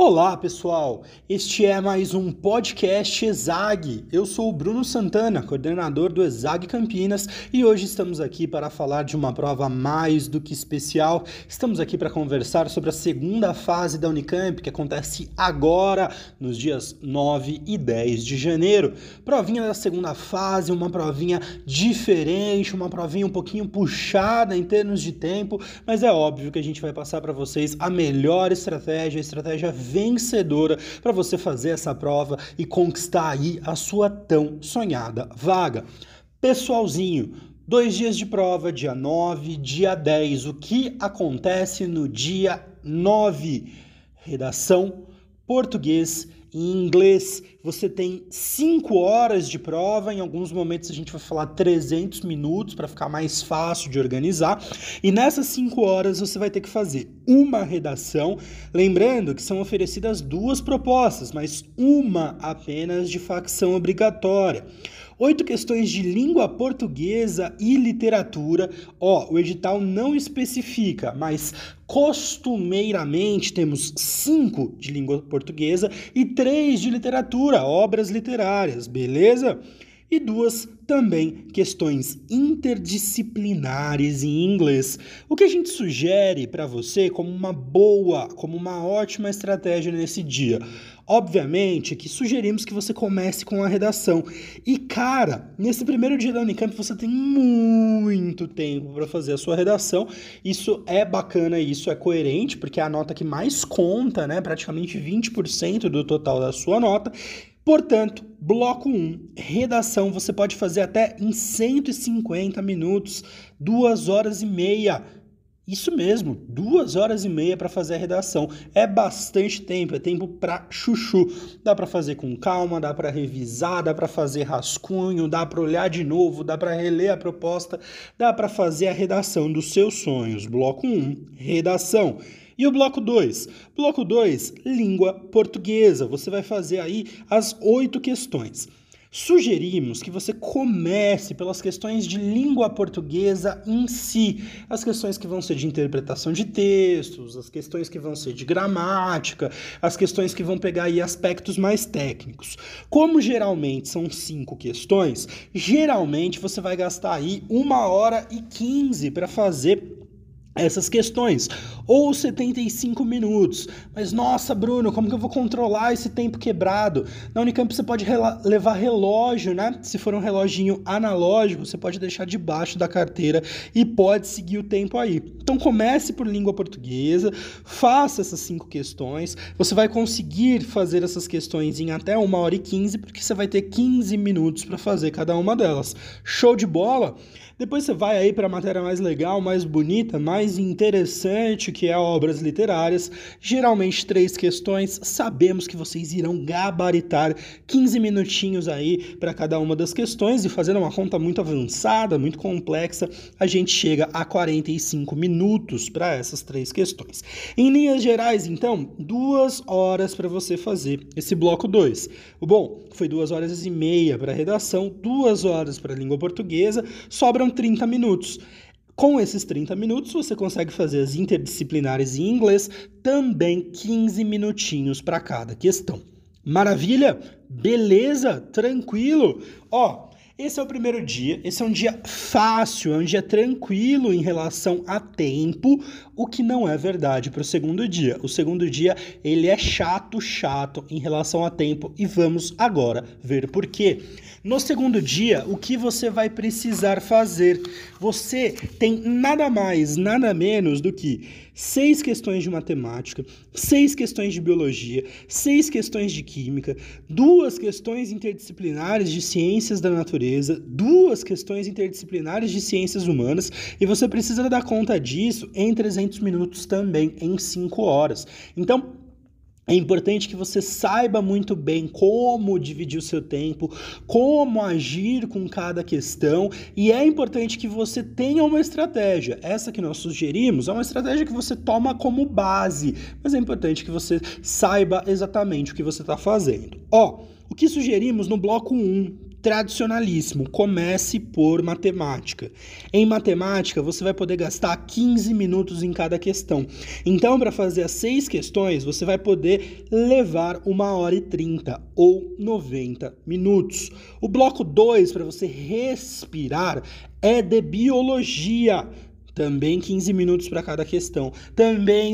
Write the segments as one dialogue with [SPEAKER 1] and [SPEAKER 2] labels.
[SPEAKER 1] Olá, pessoal! Este é mais um podcast ESAG. Eu sou o Bruno Santana, coordenador do ESAG Campinas, e hoje estamos aqui para falar de uma prova mais do que especial. Estamos aqui para conversar sobre a segunda fase da Unicamp, que acontece agora, nos dias 9 e 10 de janeiro. Provinha da segunda fase, uma provinha diferente, uma provinha um pouquinho puxada em termos de tempo, mas é óbvio que a gente vai passar para vocês a melhor estratégia, a estratégia vencedora para você fazer essa prova e conquistar aí a sua tão sonhada vaga. Pessoalzinho, 2 dias de prova, dia 9, dia 10. O que acontece no dia 9? Redação, português e inglês. Você tem 5 horas de prova, em alguns momentos a gente vai falar 300 minutos para ficar mais fácil de organizar, e nessas 5 horas você vai ter que fazer uma redação, lembrando que são oferecidas 2 propostas, mas uma apenas de facção obrigatória. 8 questões de língua portuguesa e literatura. O edital não especifica, mas costumeiramente temos 5 de língua portuguesa e 3 de literatura, obras literárias, beleza? E 2 também questões interdisciplinares em inglês. O que a gente sugere para você como uma ótima estratégia nesse dia? Obviamente que sugerimos que você comece com a redação. E, cara, nesse primeiro dia da Unicamp você tem muito tempo para fazer a sua redação. Isso é bacana, isso é coerente, porque é a nota que mais conta, né? Praticamente 20% do total da sua nota. Portanto, bloco 1, redação, você pode fazer até em 150 minutos, 2 horas e meia. Isso mesmo, 2 horas e meia para fazer a redação. É bastante tempo, é tempo para chuchu. Dá para fazer com calma, dá para revisar, dá para fazer rascunho, dá para olhar de novo, dá para reler a proposta, dá para fazer a redação dos seus sonhos. Bloco 1, redação. E o bloco 2? Bloco 2, língua portuguesa. Você vai fazer aí as 8 questões. Sugerimos que você comece pelas questões de língua portuguesa em si, as questões que vão ser de interpretação de textos, as questões que vão ser de gramática, as questões que vão pegar aí aspectos mais técnicos. Como geralmente são 5 questões, geralmente você vai gastar aí 1 hora e 15 para fazer essas questões, ou 75 minutos. Mas, nossa, Bruno, como que eu vou controlar esse tempo quebrado? Na Unicamp você pode levar relógio, né? Se for um reloginho analógico, você pode deixar debaixo da carteira e pode seguir o tempo aí. Então, comece por língua portuguesa, faça essas 5 questões, você vai conseguir fazer essas questões em até 1 hora e 15, porque você vai ter 15 minutos para fazer cada uma delas. Show de bola? Depois você vai aí para a matéria mais legal, mais bonita, mais interessante, que é obras literárias. Geralmente 3 questões, sabemos que vocês irão gabaritar 15 minutinhos aí para cada uma das questões, e fazendo uma conta muito avançada, muito complexa, a gente chega a 45 minutos para essas 3 questões. Em linhas gerais, então, 2 horas para você fazer esse bloco 2. Bom, foi 2 horas e meia para a redação, 2 horas para a língua portuguesa, sobram 30 minutos. Com esses 30 minutos, você consegue fazer as interdisciplinares em inglês, também 15 minutinhos para cada questão. Maravilha? Beleza? Tranquilo? Esse é o primeiro dia, esse é um dia fácil, é um dia tranquilo em relação a tempo, o que não é verdade para o segundo dia. O segundo dia, ele é chato em relação a tempo, e vamos agora ver por quê. No segundo dia, o que você vai precisar fazer? Você tem nada mais, nada menos do que 6 questões de matemática, 6 questões de biologia, 6 questões de química, 2 questões interdisciplinares de ciências da natureza, 2 questões interdisciplinares de ciências humanas, e você precisa dar conta disso em 300 minutos também, em 5 horas. Então, é importante que você saiba muito bem como dividir o seu tempo, como agir com cada questão, e é importante que você tenha uma estratégia. Essa que nós sugerimos é uma estratégia que você toma como base, mas é importante que você saiba exatamente o que você está fazendo. O que sugerimos no bloco 1? tradicionalíssimo, comece por matemática. Em matemática, você vai poder gastar 15 minutos em cada questão. Então, para fazer as 6 questões, você vai poder levar 1h30 ou 90 minutos. O bloco 2, para você respirar, é de biologia. Também 15 minutos para cada questão. Também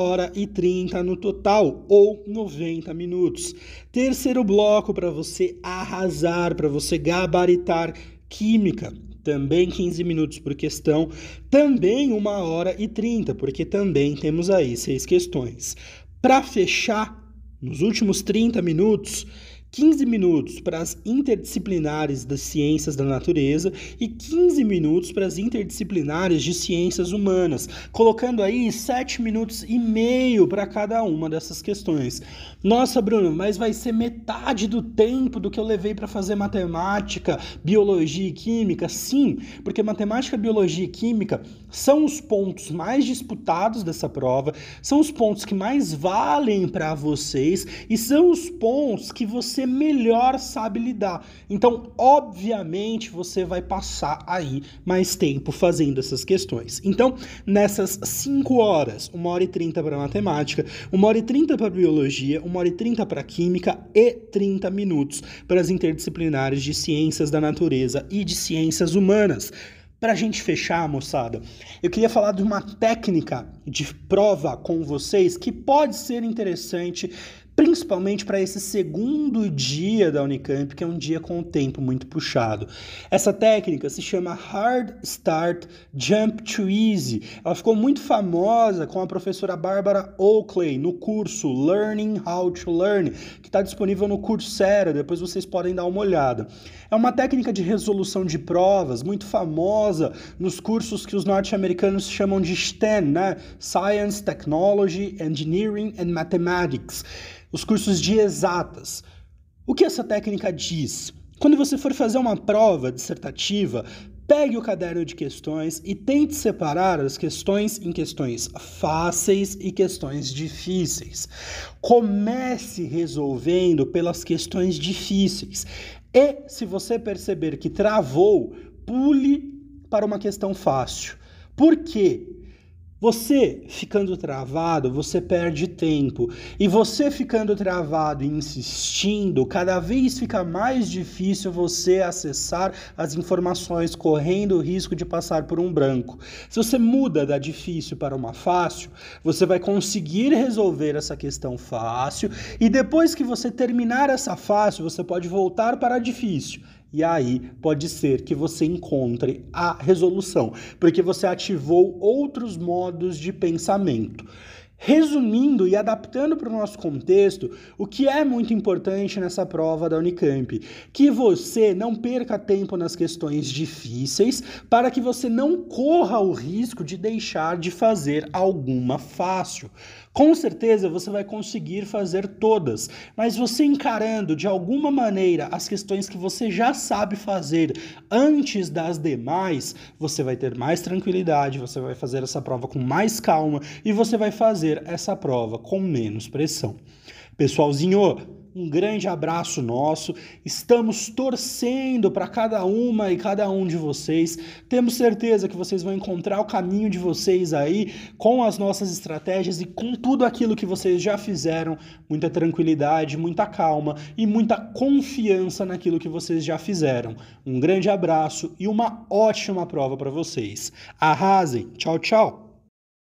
[SPEAKER 1] 1h30 no total, ou 90 minutos. Terceiro bloco para você arrasar, para você gabaritar química. Também 15 minutos por questão. Também 1h30, porque também temos aí 6 questões. Para fechar, nos últimos 30 minutos, 15 minutos para as interdisciplinares das ciências da natureza e 15 minutos para as interdisciplinares de ciências humanas, colocando aí 7 minutos e meio para cada uma dessas questões. Nossa, Bruno, mas vai ser metade do tempo do que eu levei para fazer matemática, biologia e química? Sim, porque matemática, biologia e química são os pontos mais disputados dessa prova, são os pontos que mais valem para vocês e são os pontos que você melhor sabe lidar. Então, obviamente, você vai passar aí mais tempo fazendo essas questões. Então, nessas 5 horas, 1h30 para matemática, 1h30 para biologia, 1h30 para química e 30 minutos para as interdisciplinares de ciências da natureza e de ciências humanas. Para a gente fechar, moçada, eu queria falar de uma técnica de prova com vocês que pode ser interessante, principalmente para esse segundo dia da Unicamp, que é um dia com o tempo muito puxado. Essa técnica se chama Hard Start Jump to Easy. Ela ficou muito famosa com a professora Barbara Oakley no curso Learning How to Learn, que está disponível no Coursera, depois vocês podem dar uma olhada. É uma técnica de resolução de provas muito famosa nos cursos que os norte-americanos chamam de STEM, né? Science, Technology, Engineering and Mathematics. Os cursos de exatas. O que essa técnica diz? Quando você for fazer uma prova dissertativa, pegue o caderno de questões e tente separar as questões em questões fáceis e questões difíceis. Comece resolvendo pelas questões difíceis. E, se você perceber que travou, pule para uma questão fácil. Por quê? Você ficando travado, você perde tempo. E você ficando travado e insistindo, cada vez fica mais difícil você acessar as informações, correndo o risco de passar por um branco. Se você muda da difícil para uma fácil, você vai conseguir resolver essa questão fácil. E depois que você terminar essa fácil, você pode voltar para a difícil. E aí pode ser que você encontre a resolução, porque você ativou outros modos de pensamento. Resumindo e adaptando para o nosso contexto, o que é muito importante nessa prova da Unicamp? Que você não perca tempo nas questões difíceis para que você não corra o risco de deixar de fazer alguma fácil. Com certeza você vai conseguir fazer todas, mas você encarando de alguma maneira as questões que você já sabe fazer antes das demais, você vai ter mais tranquilidade, você vai fazer essa prova com mais calma e você vai fazer essa prova com menos pressão. Pessoalzinho, um grande abraço nosso, estamos torcendo para cada uma e cada um de vocês, temos certeza que vocês vão encontrar o caminho de vocês aí com as nossas estratégias e com tudo aquilo que vocês já fizeram, muita tranquilidade, muita calma e muita confiança naquilo que vocês já fizeram. Um grande abraço e uma ótima prova para vocês. Arrasem! Tchau, tchau!